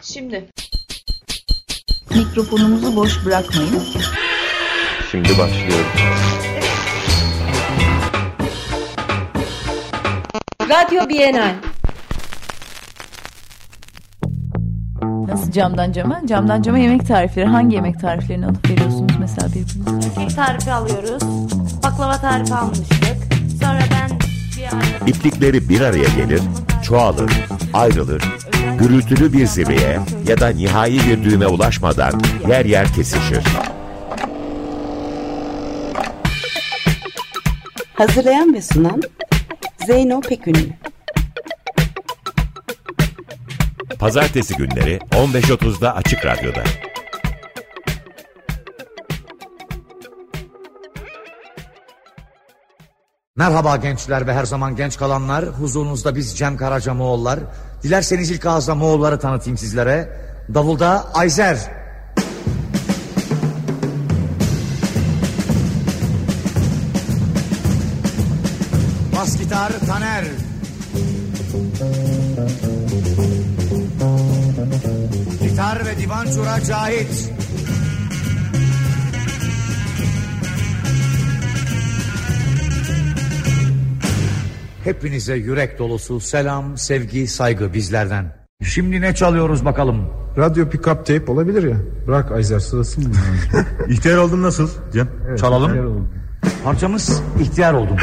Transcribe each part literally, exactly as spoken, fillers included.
Şimdi. Mikrofonumuzu boş bırakmayın. Şimdi başlıyoruz. Radyo Bienal. Nasıl camdan cama? Camdan cama yemek tarifleri. Hangi yemek tariflerini alıp veriyorsunuz mesela birbirinize? Kek tarifi alıyoruz. Baklava tarifi almıştık. Sonra ben bir arada... İplikleri bir araya gelir, çoğalır, ayrılır, gürültülü bir zirveye ya da nihai bir düğüme ulaşmadan yer yer kesişir. Hazırlayan ve sunan Zeyno Pekünlü. Pazartesi günleri on beş otuzda Açık Radyo'da. Merhaba gençler ve her zaman genç kalanlar. Huzurunuzda biz Cem Karacamoğullar. Dilerseniz ilk ağızda Moğolları tanıtayım sizlere. Davulda Ayzer. Bas gitar Taner. Gitar ve divan çura Cahit. Hepinize yürek dolusu selam, sevgi, saygı bizlerden. Şimdi ne çalıyoruz bakalım? Radyo pick-up tape olabilir ya. Bırak Ayzer sırası mı? İhtiyar oldum nasıl Cem? Evet, çalalım. Parçamız ihtiyar oldum.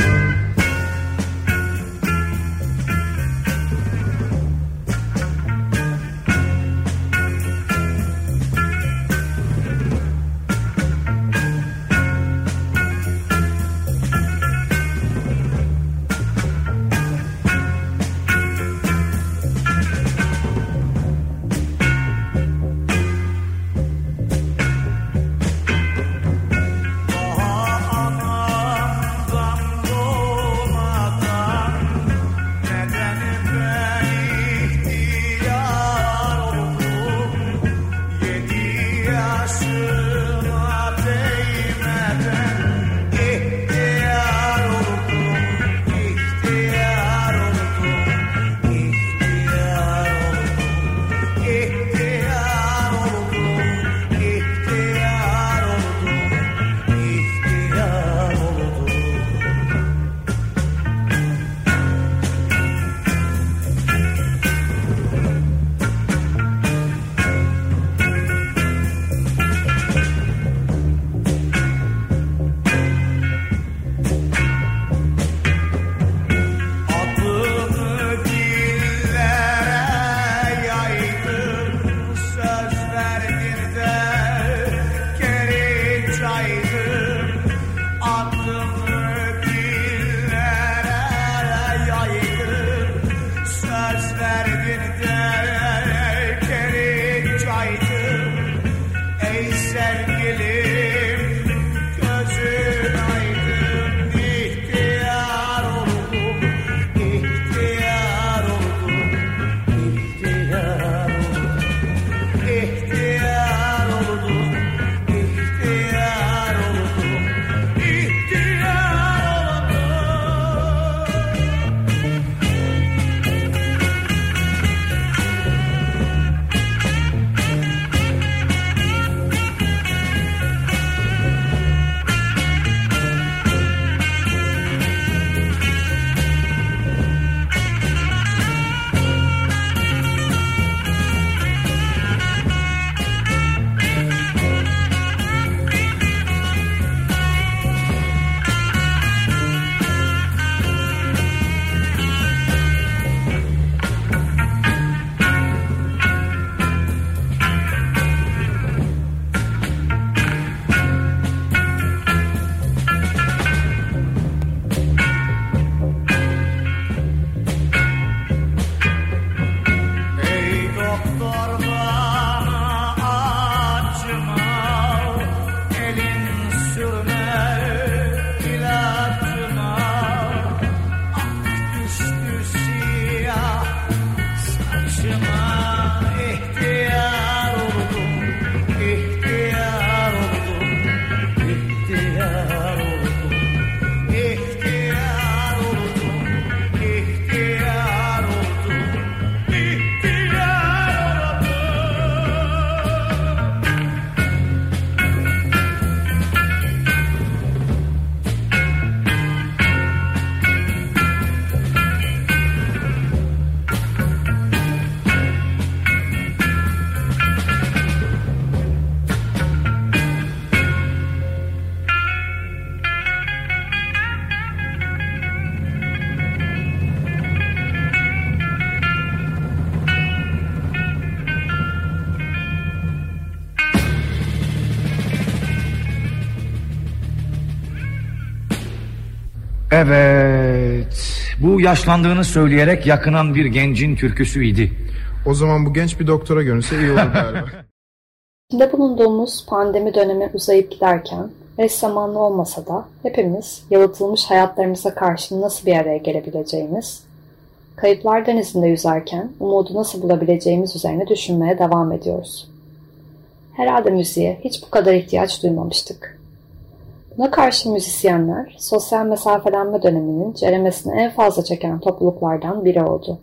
Evet. Bu yaşlandığını söyleyerek yakınan bir gencin türküsüydü. O zaman bu genç bir doktora görünse iyi olur galiba. İçinde bulunduğumuz pandemi dönemi uzayıp giderken eş zamanlı olmasa da hepimiz yalıtılmış hayatlarımıza karşı nasıl bir araya gelebileceğimiz, kayıplar denizinde yüzerken umudu nasıl bulabileceğimiz üzerine düşünmeye devam ediyoruz. Herhalde müziğe hiç bu kadar ihtiyaç duymamıştık. Buna karşı müzisyenler, sosyal mesafelenme döneminin ceremesini en fazla çeken topluluklardan biri oldu.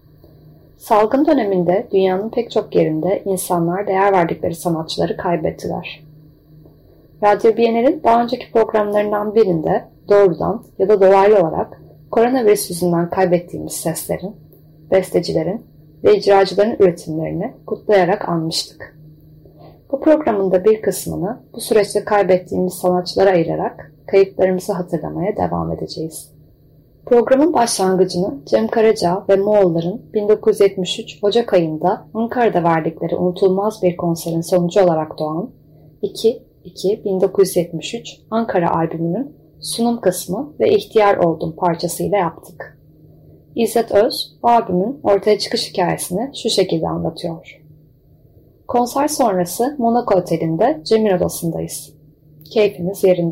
Salgın döneminde dünyanın pek çok yerinde insanlar değer verdikleri sanatçıları kaybettiler. Radyo Biennial'in daha önceki programlarından birinde doğrudan ya da dolaylı olarak koronavirüs yüzünden kaybettiğimiz seslerin, bestecilerin ve icracıların üretimlerini kutlayarak anmıştık. Bu programın da bir kısmını bu süreçte kaybettiğimiz sanatçılara ayırarak kayıplarımızı hatırlamaya devam edeceğiz. Programın başlangıcını Cem Karaca ve Moğolların bin dokuz yüz yetmiş üç Ocak ayında Ankara'da verdikleri unutulmaz bir konserin sonucu olarak doğan iki iki bin dokuz yüz yetmiş üç Ankara albümünün sunum kısmı ve İhtiyar Oldum parçasıyla yaptık. İzzet Öz, bu albümün ortaya çıkış hikayesini şu şekilde anlatıyor. Konser sonrası Monaco Oteli'nde Cem'in odasındayız. Keyfimiz yerinde.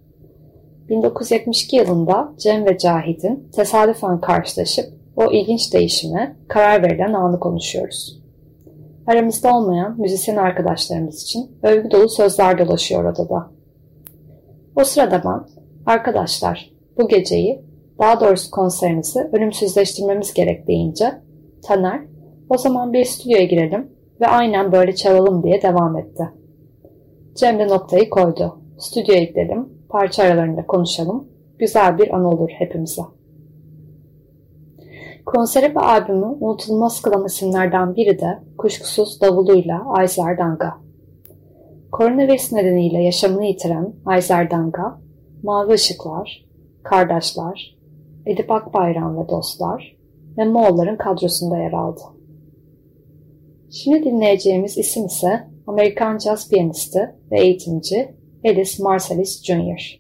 bin dokuz yüz yetmiş iki yılında Cem ve Cahit'in tesadüfen karşılaşıp o ilginç değişime karar verilen anı konuşuyoruz. Aramızda olmayan müzisyen arkadaşlarımız için övgü dolu sözler dolaşıyor odada. O sırada ben, arkadaşlar bu geceyi, daha doğrusu konserinizi ölümsüzleştirmemiz gerek deyince, Taner, o zaman bir stüdyoya girelim ve aynen böyle çalalım diye devam etti. Cem de noktayı koydu. Stüdyoya gidelim, parça aralarında konuşalım, güzel bir an olur hepimize. Konseri ve albümü unutulmaz kılan isimlerden biri de kuşkusuz davuluyla Ayzer Danga. Koronavirüs nedeniyle yaşamını yitiren Ayzer Danga, Mavi Işıklar, Kardeşler, Edip Akbayram ve Dostlar ve Moğolların kadrosunda yer aldı. Şimdi dinleyeceğimiz isim ise Amerikan caz piyanisti ve eğitimci Ellis Marsalis Junior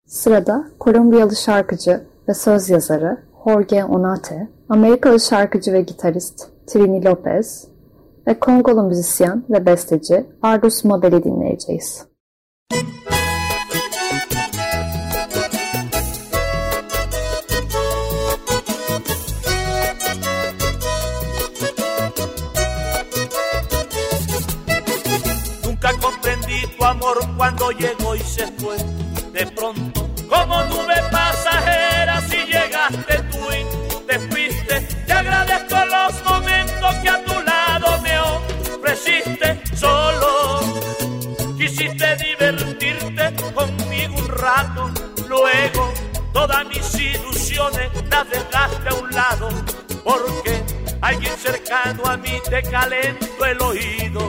Sırada Kolombiyalı şarkıcı ve söz yazarı Jorge Onate, Amerikalı şarkıcı ve gitarist Trini Lopez ve Kongolu müzisyen ve besteci Ardus Mabel'i dinleyeceğiz. Nunca comprendí tu amor cuando llegó y se fue de pronto como nube pasajera. Si llegaste tú y te fuiste, te agradezco los momentos que a tu lado me ofreciste. Solo quisiste divertirte conmigo un rato, luego todas mis ilusiones las dejaste a un lado, porque alguien cercano a mí te calentó el oído.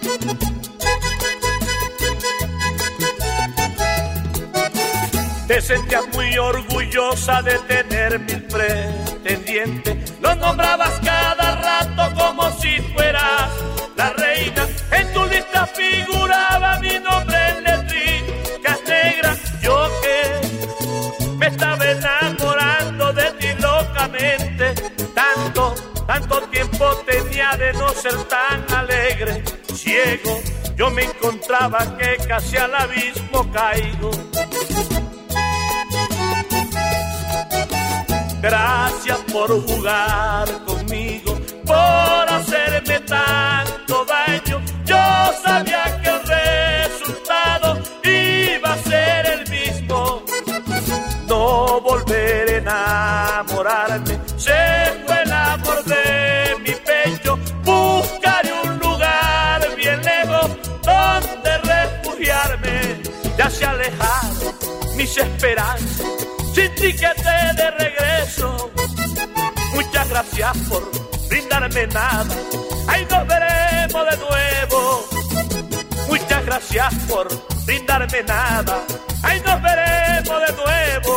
Te sentías muy orgullosa de tener mil pretendientes. Los nombrabas cada rato como si fueras la reina. En tu lista figuraba mi nombre en letricas negras. Yo que me estaba enamorando de ti locamente. Tanto, tanto tiempo tenía de no ser tan alegre. Ciego, yo me encontraba que casi al abismo caigo. Gracias por jugar conmigo, por hacerme tanto daño. Yo sabía que el resultado iba a ser el mismo. No volver a enamorarme, se fue el amor de mi pecho. Buscaré un lugar bien lejos donde refugiarme. Ya se alejaron mis esperanzas, sin tiquete de regreso. Muchas gracias por brindarme nada, ahí nos veremos de nuevo. Muchas gracias por brindarme nada, ahí nos veremos de nuevo.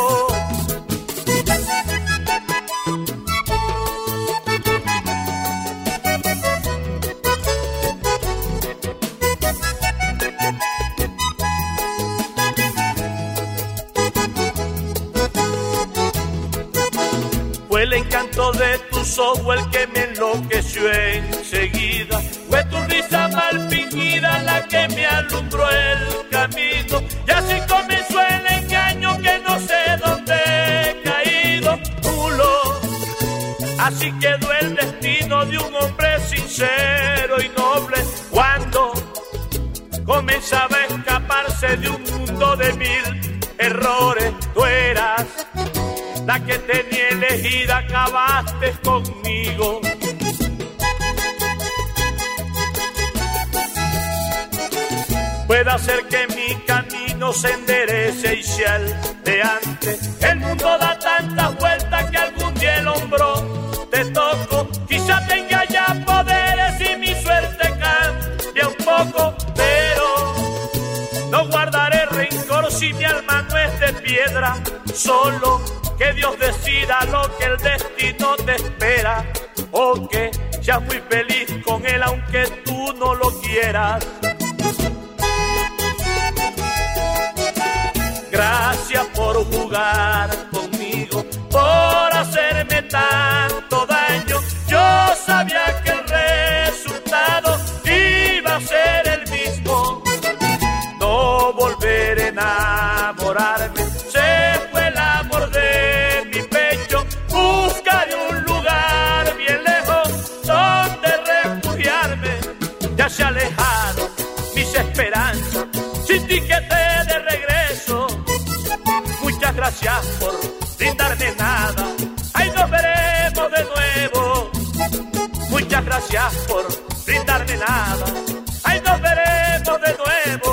Fue el encanto de tus ojos el que me enloqueció enseguida. Fue tu risa mal fingida la que me alumbró el camino. Y así comenzó el engaño que no sé dónde he caído. Nulo, así quedó el destino de un hombre sincero y noble. Cuando comenzaba a escaparse de un mundo de mil errores, tú eras la que tenía elegida, acabaste conmigo. Puede hacer que mi camino se enderece y sea el de antes. El mundo da tantas vueltas que algún día el hombro te toco. Quizá tenga ya poderes y mi suerte cambia un poco, pero no guardaré rencor si mi alma no es de piedra. Solo que Dios decida lo que el destino te espera, o que seas muy feliz con él aunque tú no lo quieras. Gracias por jugar conmigo, por hacerme tanto daño. Yo sabía que el resultado iba a ser el mismo. No volver a enamorarme, se fue el amor de mi pecho. Buscaré un lugar bien lejos donde refugiarme. Ya se alejaron mis esperanzas, sin tiquete de regreso. Muchas gracias por brindarme nada, ahí nos veremos de nuevo. Muchas gracias por brindarme nada, ahí nos veremos de nuevo.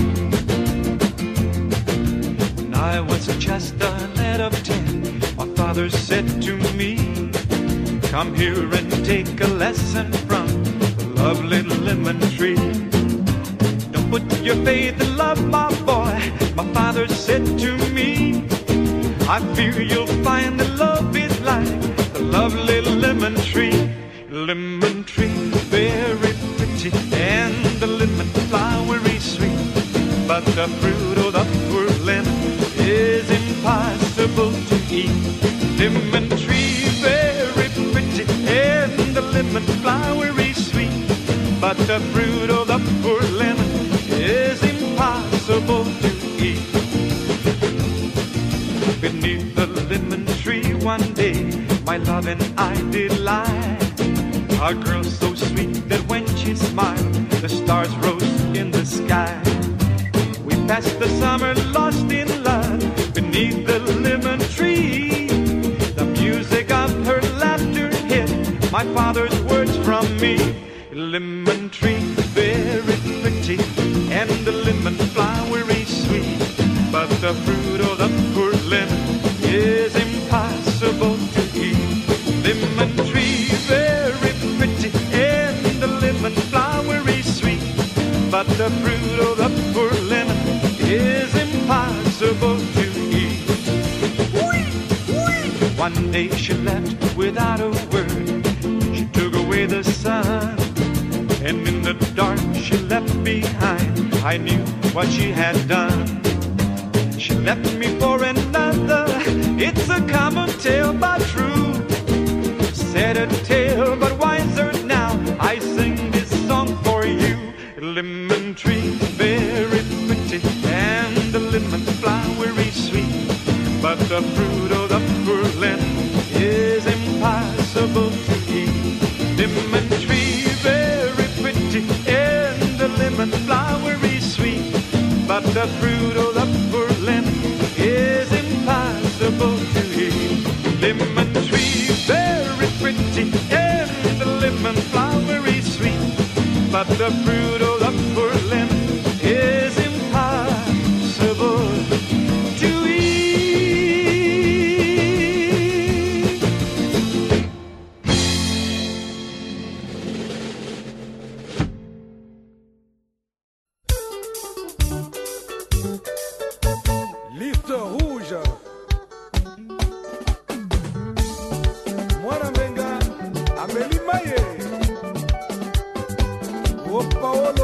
I was a chestnut of ten. My father father said to me, come here and take a lesson from the lovely lemon tree. Don't put your faith in love, my boy, my father said to me. I fear you'll find that love is like the lovely lemon tree. Lemon tree, very pretty, and the lemon flowery sweet. But the fruit of the poor lemon is impossible to eat. Lemon tree, very pretty, and the lemon flowery sweet. But the fruit of the poor lemon is impossible to eat. Beneath the lemon tree one day, my love and I did lie. A girl so sweet that when she smiled, the stars rose in the sky. We passed the summer lost in love beneath the lemon tree. The music of her laughter hid my father's words from me. Lemon tree, very pretty, and the lemon flowery sweet. But the fruit of the poor lemon is impossible to eat. Lemon tree, very pretty, and the lemon flowery sweet. But the fruit of the poor lemon is impossible to eat. One day she left without a word. She took away the sun, and in the dark she left behind. I knew what she had done. She left me for another. It's a common tale but true. Said a tale but wiser now. I sing this song for you. Lemon tree, very pretty, and the lemon flowery sweet. But the fruit of the poor lemon is impossible to eat. Lemon tree, very pretty, and the lemon flowery sweet. But the fruit of the poor lemon is impossible to eat. Lemon tree, very pretty, and the lemon flowery sweet. But the fruit of the poor lemon is impossible to eat. Liste rouge. Mwana Menga, Amélie Maye. O Paulo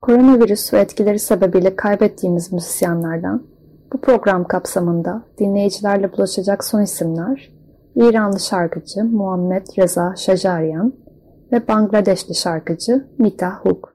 Koronavirüs ve etkileri sebebiyle kaybettiğimiz müzisyenlerden bu program kapsamında dinleyicilerle buluşacak son isimler İranlı şarkıcı Muhammed Reza Şajaryan ve Bangladeşli şarkıcı Mita Huk.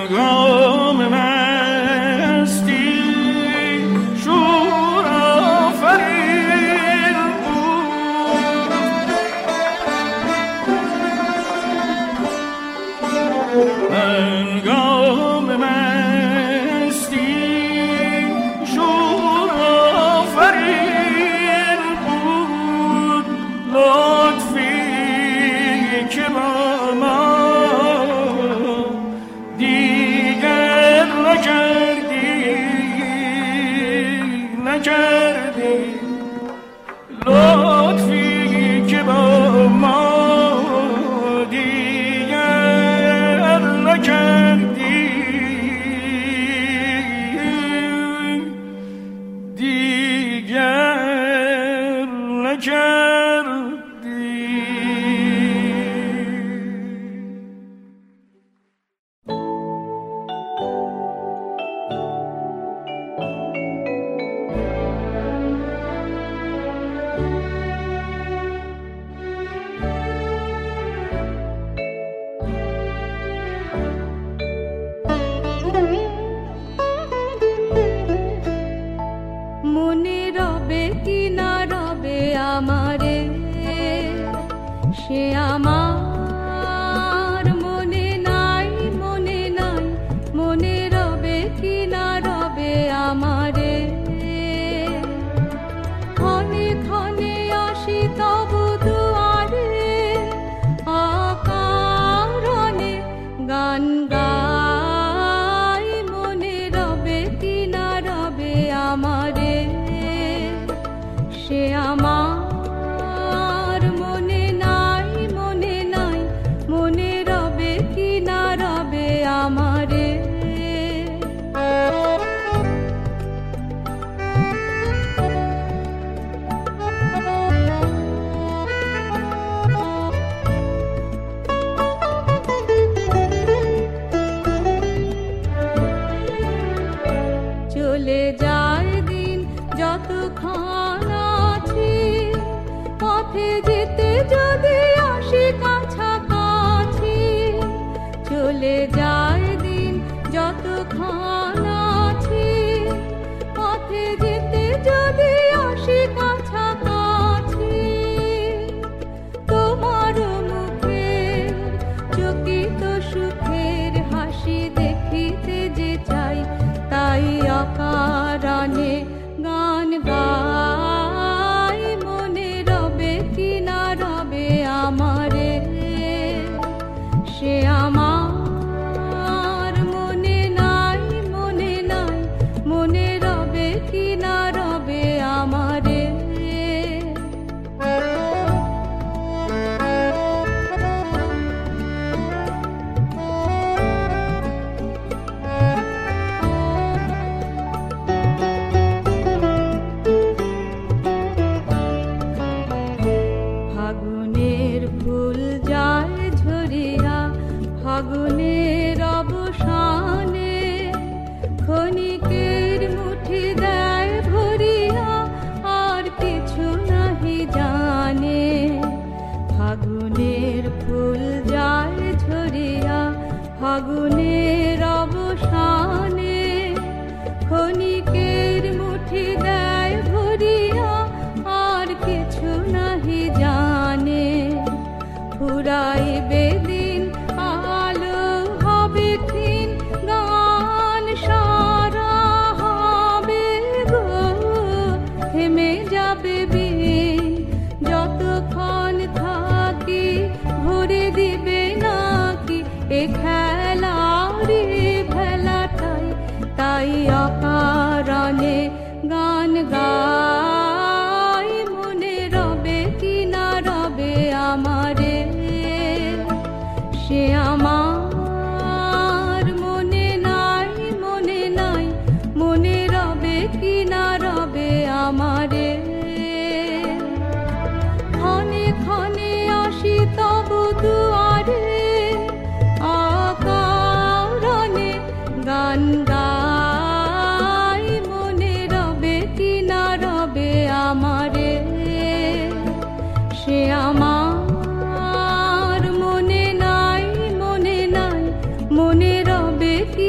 মনে রবে কি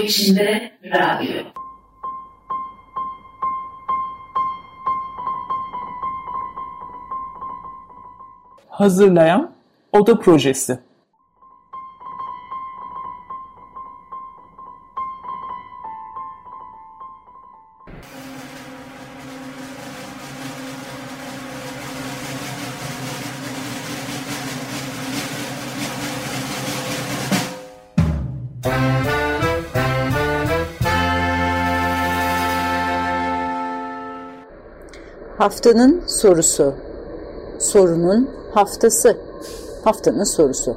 içinde radyo. Hazırlayan Oda Projesi. Haftanın sorusu. Sorunun haftası. Haftanın sorusu.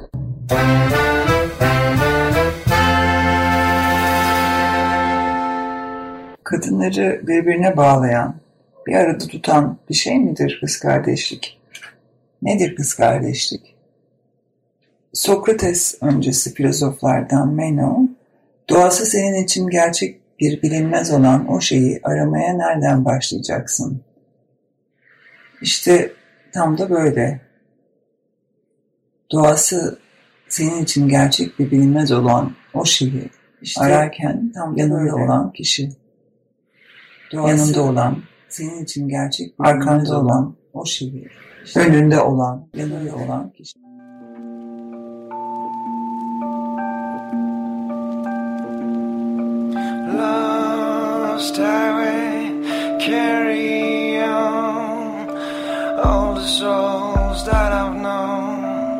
Kadınları birbirine bağlayan, bir arada tutan bir şey midir kız kardeşlik? Nedir kız kardeşlik? Sokrates öncesi filozoflardan Meno, doğası senin için gerçek bir bilinmez olan o şeyi aramaya nereden başlayacaksın? İşte tam da böyle. Doğası senin için gerçek bir bilinmez olan o şeyi işte ararken tam yanında böyle olan kişi. Doğası yanında olan, senin için gerçek bir arkanda olan o şeyi, işte önünde olan, yanında olan kişi. Lost highway, carry on all the souls that I've known.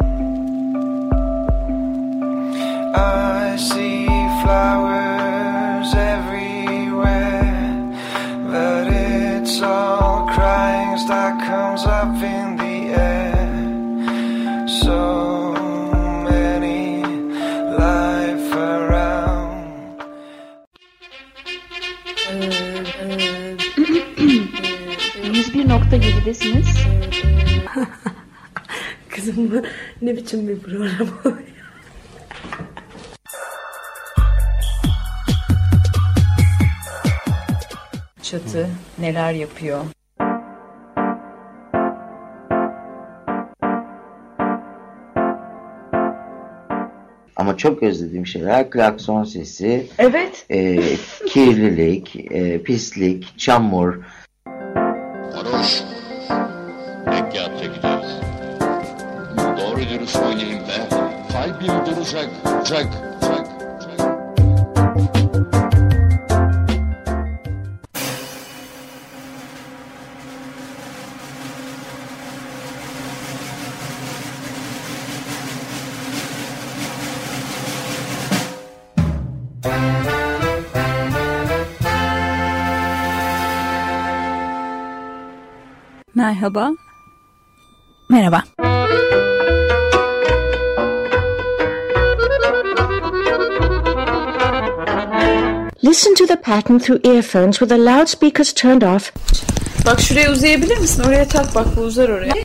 I see flowers everywhere, but it's all crying that comes up in the air. So many life around. yüz bir nokta yedidesiniz. Kızım bu ne biçim bir program oluyor? Çatı neler yapıyor? Ama çok özlediğim şeyler klakson sesi, evet, e, kirlilik, e, pislik, çamur. Varoş, rekat çekeceğiz. Doğru dürüst oynayayım be. Kalbim duracak, duracak, duracak. Merhaba. Merhaba. Listen to the pattern through earphones with the loudspeakers turned off. Bak şuraya uzayabilir misin? Oraya tak bak, bu uzar oraya.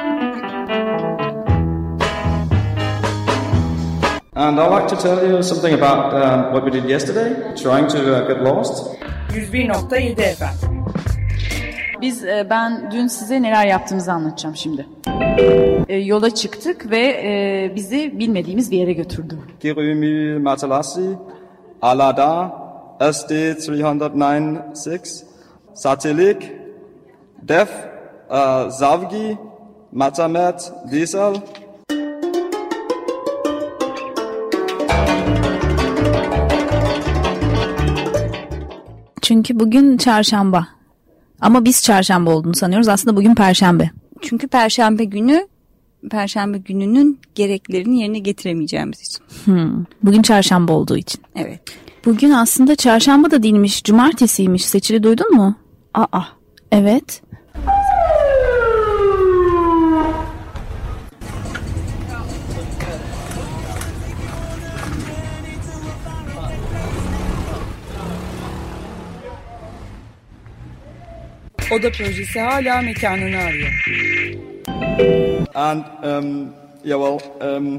And I'd like to tell you something about um, what we did yesterday, trying to uh, get lost. yüz bir nokta yedi efendim. Biz, ben dün size neler yaptığımızı anlatacağım şimdi. Yola çıktık ve bizi bilmediğimiz bir yere götürdü. Kirumi Matalasi, Alada, S D üç yüz doksan altı, Satelik, Def, uh, Zavgi, Matamet, Diesel. Çünkü bugün çarşamba. Ama biz çarşamba olduğunu sanıyoruz. Aslında bugün perşembe. Çünkü perşembe günü, perşembe gününün gereklerini yerine getiremeyeceğimiz için. Hmm. Bugün çarşamba olduğu için. Evet. Bugün aslında çarşamba da değilmiş, cumartesiymiş. Seçili duydun mu? Aa. Evet. Oda projesi hala mekanını arıyor. And um, yeah, well, um.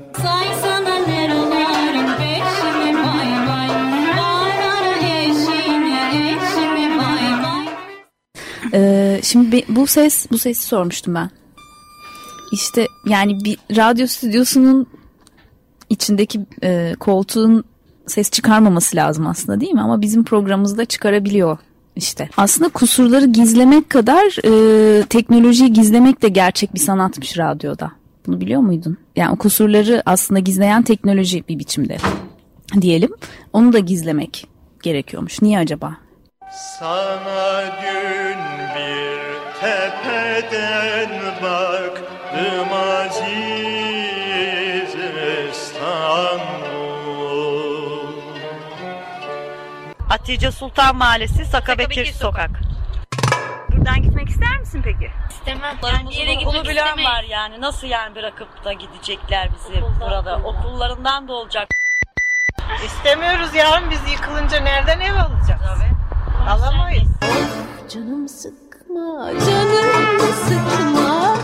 Ee, şimdi bu ses, bu sesi sormuştum ben. İşte yani bir radyo stüdyosunun içindeki e, koltuğun ses çıkarmaması lazım aslında, değil mi? Ama bizim programımızda çıkarabiliyor işte. Aslında kusurları gizlemek kadar e, teknolojiyi gizlemek de gerçek bir sanatmış radyoda. Bunu biliyor muydun? Yani o kusurları aslında gizleyen teknoloji bir biçimde diyelim. Onu da gizlemek gerekiyormuş. Niye acaba? Sana dün bir tepeden baktım aziz İstanbul. Hatice Sultan Mahallesi, Sakabekir Sokak. Buradan gitmek ister misin peki? İstemem. Yani bir yere gitmek bilen var yani. Nasıl yani bırakıp da gidecekler bizi Okuldan burada? Okullarından da olacak. İstemiyoruz yavrum, biz yıkılınca nereden ev alacağız? Tabii. Alamayız. Canım sıkma, canım sıkma.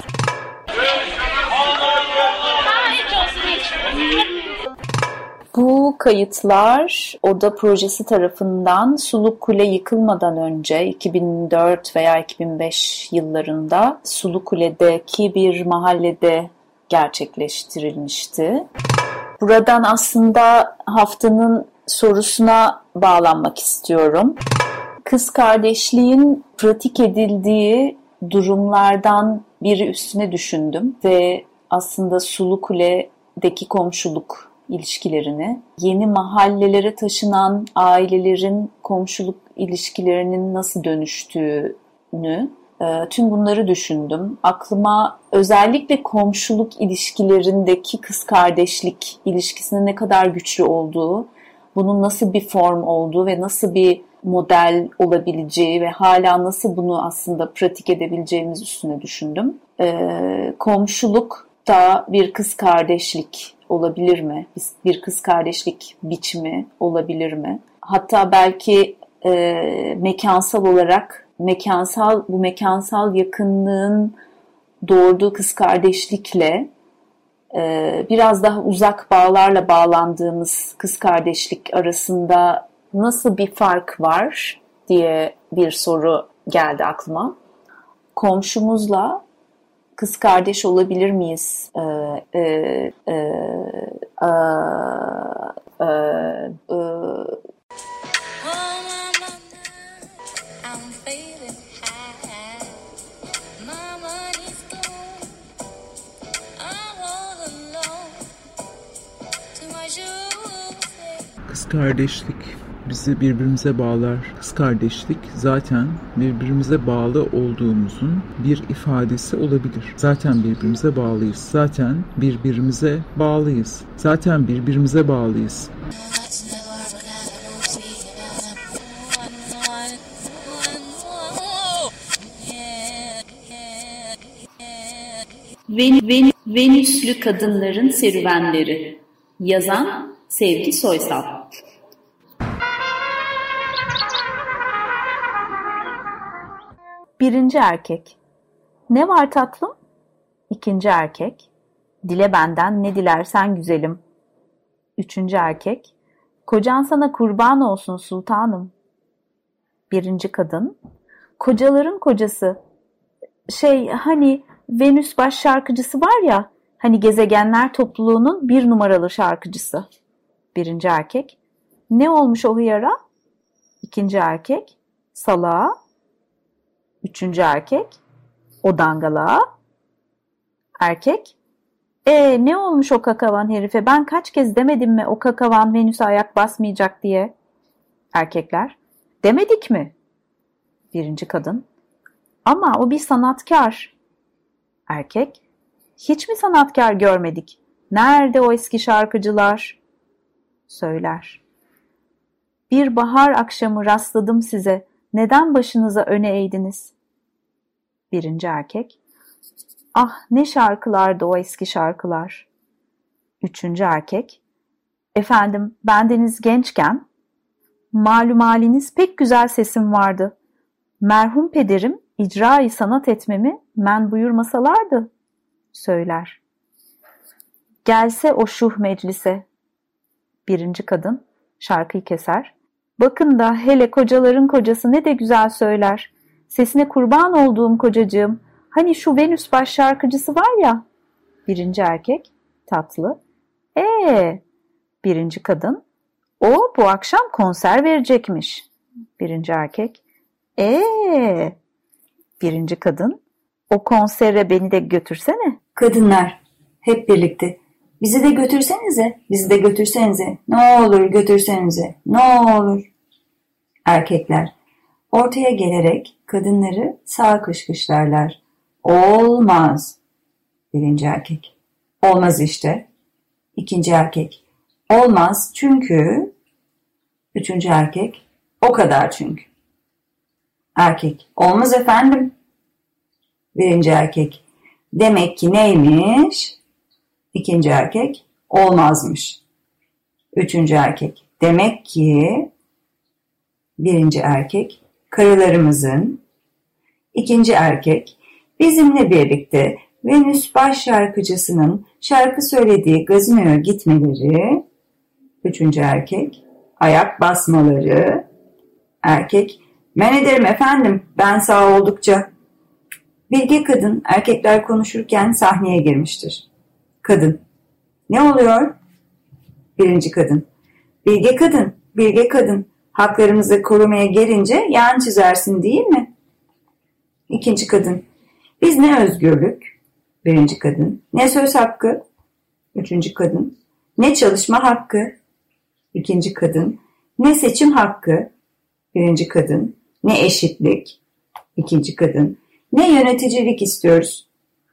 Bu kayıtlar Oda Projesi tarafından Suluk Kule yıkılmadan önce iki bin dört veya iki bin beş yıllarında Suluk Kule'deki bir mahallede gerçekleştirilmişti. Buradan aslında haftanın sorusuna bağlanmak istiyorum. Kız kardeşliğin pratik edildiği durumlardan biri üstüne düşündüm ve aslında Suluk Kule'deki komşuluk ilişkilerini, yeni mahallelere taşınan ailelerin komşuluk ilişkilerinin nasıl dönüştüğünü, tüm bunları düşündüm. Aklıma özellikle komşuluk ilişkilerindeki kız kardeşlik ilişkisinin ne kadar güçlü olduğu, bunun nasıl bir form olduğu ve nasıl bir model olabileceği ve hala nasıl bunu aslında pratik edebileceğimiz üstüne düşündüm. Ee, komşuluk da bir kız kardeşlik olabilir mi? Bir kız kardeşlik biçimi olabilir mi? Hatta belki e, mekansal olarak mekansal bu mekansal yakınlığın doğurduğu kız kardeşlikle e, biraz daha uzak bağlarla bağlandığımız kız kardeşlik arasında nasıl bir fark var diye bir soru geldi aklıma. Komşumuzla kız kardeş olabilir miyiz? Ee, e, e, e, e, e, Kız kardeşlik bizi birbirimize bağlar. Kız kardeşlik zaten birbirimize bağlı olduğumuzun bir ifadesi olabilir. Zaten birbirimize bağlıyız. Zaten birbirimize bağlıyız. Zaten birbirimize bağlıyız. Ven- Ven- Venüslü Kadınların Serüvenleri. Yazan Sevgi Soysal. Birinci erkek. Ne var tatlım? İkinci erkek. Dile benden ne dilersen güzelim. Üçüncü erkek. Kocan sana kurban olsun sultanım. Birinci kadın. Kocaların kocası. Şey hani Venüs baş şarkıcısı var ya, hani gezegenler topluluğunun bir numaralı şarkıcısı. Birinci erkek. Ne olmuş o hıyara? İkinci erkek. Salağa. Üçüncü erkek. O dangalağa. Erkek. E ne olmuş o kakavan herife? Ben kaç kez demedim mi o kakavan Venüs'e ayak basmayacak diye? Erkekler. Demedik mi? Birinci kadın. Ama o bir sanatkar. Erkek. Hiç mi sanatkar görmedik? Nerede o eski şarkıcılar? Söyler. Bir bahar akşamı rastladım size. Neden başınıza öne eğdiniz? Birinci erkek. Ah ne şarkılardı o eski şarkılar. Üçüncü erkek. Efendim bendeniz gençken malum haliniz pek güzel sesim vardı. Merhum pederim icra-i sanat etmemi men buyurmasalardı. Söyler. Gelse o şuh meclise. Birinci kadın şarkıyı keser. Bakın da hele kocaların kocası ne de güzel söyler. Sesine kurban olduğum kocacığım. Hani şu Venüs baş şarkıcısı var ya. Birinci erkek tatlı. Ee, birinci kadın. O bu akşam konser verecekmiş. Birinci erkek. Ee, birinci kadın. O konsere beni de götürsene. Kadınlar hep birlikte. Bizi de götürsenize, bizi de götürsenize. Ne olur götürsenize, ne olur. Erkekler ortaya gelerek kadınları sağ kışkışlarlar. Olmaz. Birinci erkek. Olmaz işte. İkinci erkek. Olmaz çünkü. Üçüncü erkek. O kadar çünkü. Erkek. Olmaz efendim. Birinci erkek. Demek ki neymiş? İkinci erkek. Olmazmış. Üçüncü erkek. Demek ki birinci erkek karılarımızın, ikinci erkek bizimle birlikte Venüs baş şarkıcısının şarkı söylediği gazinoya gitmeleri, üçüncü erkek ayak basmaları, erkek ben ederim efendim ben sağ oldukça. Bilge kadın erkekler konuşurken sahneye girmiştir. Kadın ne oluyor? Birinci kadın bilge kadın, bilge kadın haklarımızı korumaya gelince yan çizersin değil mi? İkinci kadın biz ne özgürlük? Birinci kadın ne söz hakkı? Üçüncü kadın ne çalışma hakkı? İkinci kadın ne seçim hakkı? Birinci kadın ne eşitlik? İkinci kadın ne yöneticilik istiyoruz?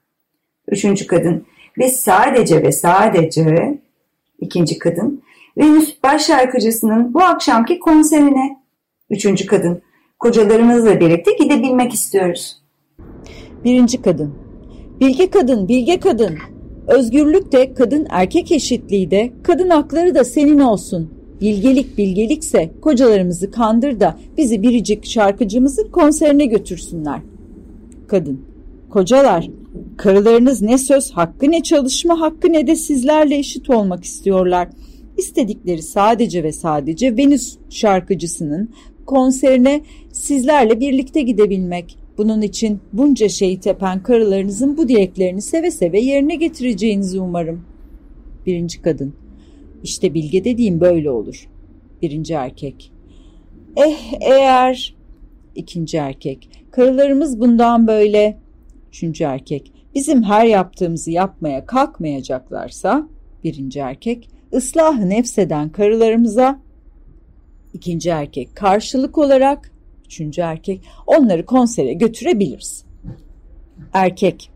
Üçüncü kadın biz sadece ve sadece. İkinci kadın Venüs baş şarkıcısının bu akşamki konserine. Üçüncü kadın kocalarımızla birlikte gidebilmek istiyoruz. Birinci kadın bilge kadın, bilge kadın. Özgürlük de kadın erkek eşitliği de kadın hakları da senin olsun. Bilgelik bilgelikse kocalarımızı kandır da bizi biricik şarkıcımızın konserine götürsünler. Kadın kocalar karılarınız ne söz hakkı ne çalışma hakkı ne de sizlerle eşit olmak istiyorlar. İstedikleri sadece ve sadece Venüs şarkıcısının konserine sizlerle birlikte gidebilmek. Bunun için bunca şeyi tepen karılarınızın bu dileklerini seve seve yerine getireceğinizi umarım. Birinci kadın. İşte bilge dediğim böyle olur. Birinci erkek. Eh eğer. İkinci erkek. Karılarımız bundan böyle. Üçüncü erkek. Bizim her yaptığımızı yapmaya kalkmayacaklarsa. Birinci erkek. Islahı nefseden karılarımıza. İkinci erkek. Karşılık olarak. Üçüncü erkek. Onları konsere götürebiliriz. Erkek.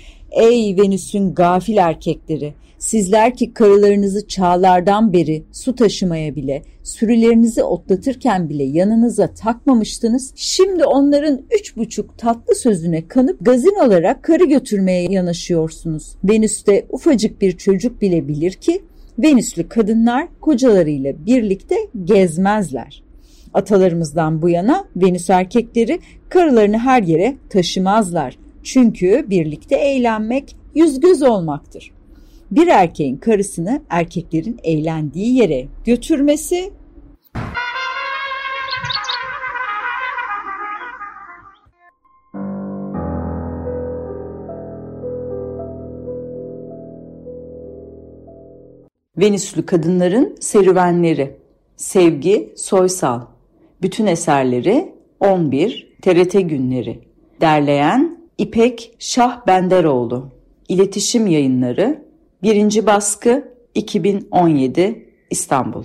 Ey Venüs'ün gafil erkekleri! Sizler ki karılarınızı çağlardan beri su taşımaya bile, sürülerinizi otlatırken bile yanınıza takmamıştınız. Şimdi onların üç buçuk tatlı sözüne kanıp gazin olarak karı götürmeye yanaşıyorsunuz. Venüs'te ufacık bir çocuk bile bilir ki Venüslü kadınlar kocalarıyla birlikte gezmezler. Atalarımızdan bu yana Venüs erkekleri karılarını her yere taşımazlar. Çünkü birlikte eğlenmek yüz göz olmaktır. Bir erkeğin karısını erkeklerin eğlendiği yere götürmesi Venüslü kadınların serüvenleri. Sevgi Soysal. Bütün eserleri on bir T R T Günleri. Derleyen İpek Şah Benderoğlu. İletişim Yayınları. Birinci baskı iki bin on yedi İstanbul.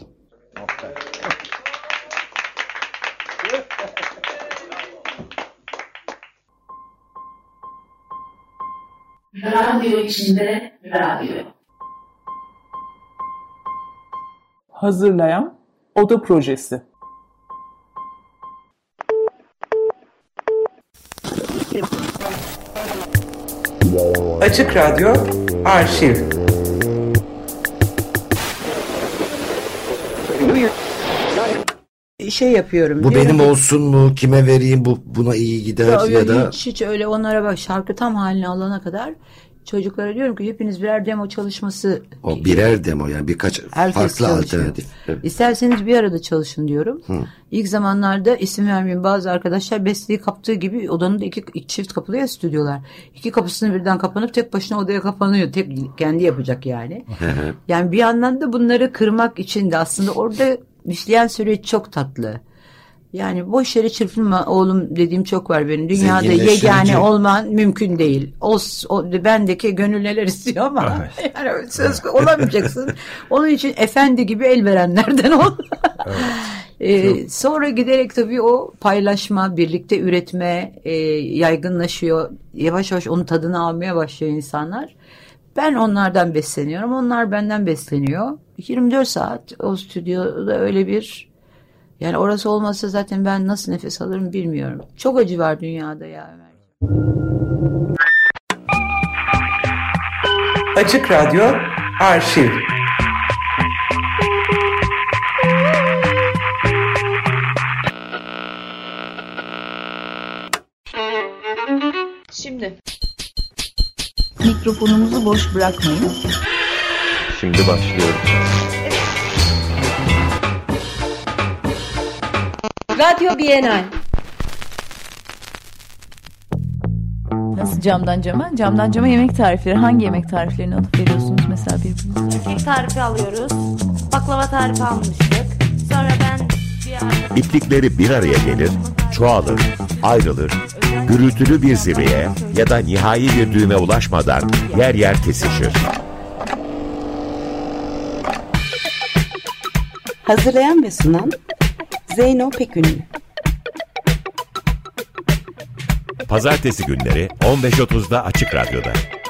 Radyo içinde radyo. Hazırlayan Oda Projesi. Açık Radyo Arşiv. Şey yapıyorum. Bu benim olsun mu? Kime vereyim? Bu buna iyi gider ya, ya da hiç, hiç öyle onlara bak şarkı tam haline alana kadar çocuklara diyorum ki hepiniz birer demo çalışması. O birer demo yani birkaç herkes farklı alternatif. Evet. İsterseniz bir arada çalışın diyorum. Hı. İlk zamanlarda isim vermeyeyim bazı arkadaşlar besteyi kaptığı gibi odanın da iki, iki çift kapılı ya stüdyolar. İki kapısını birden kapanıp tek başına odaya kapanıyor. Tek kendi yapacak yani. Yani bir yandan da bunları kırmak için de aslında orada işleyen süreç çok tatlı. Yani boş yere çırpınma oğlum dediğim çok var benim. Dünyada yegane olman mümkün değil. O, o bendeki gönül neler istiyor ama evet. Yani söz olamayacaksın. Onun için efendi gibi el verenlerden ol. Evet. ee, sonra giderek tabii o paylaşma, birlikte üretme e, yaygınlaşıyor. Yavaş yavaş onun tadını almaya başlıyor insanlar. Ben onlardan besleniyorum. Onlar benden besleniyor. yirmi dört saat o stüdyoda öyle bir, yani orası olmasa zaten ben nasıl nefes alırım bilmiyorum. Çok acı var dünyada ya. Açık Radyo Arşiv. Şimdi mikrofonumuzu boş bırakmayın. Şimdi başlıyoruz. Radyo Bienal. Nasıl camdan cama? Camdan cama yemek tarifleri. Hangi yemek tariflerini alıp veriyorsunuz mesela birbirinize? Kek tarifi alıyoruz. Baklava tarifi almıştık. Sonra ben bir ara... İplikleri bir araya gelir, çoğalır, ayrılır, gürültülü bir zirveye ya da nihai bir düğüme ulaşmadan yer yer kesişir. Hazırlayan ve sunan Zeyno Pekünlü. Pazartesi günleri on beş otuzda Açık Radyo'da.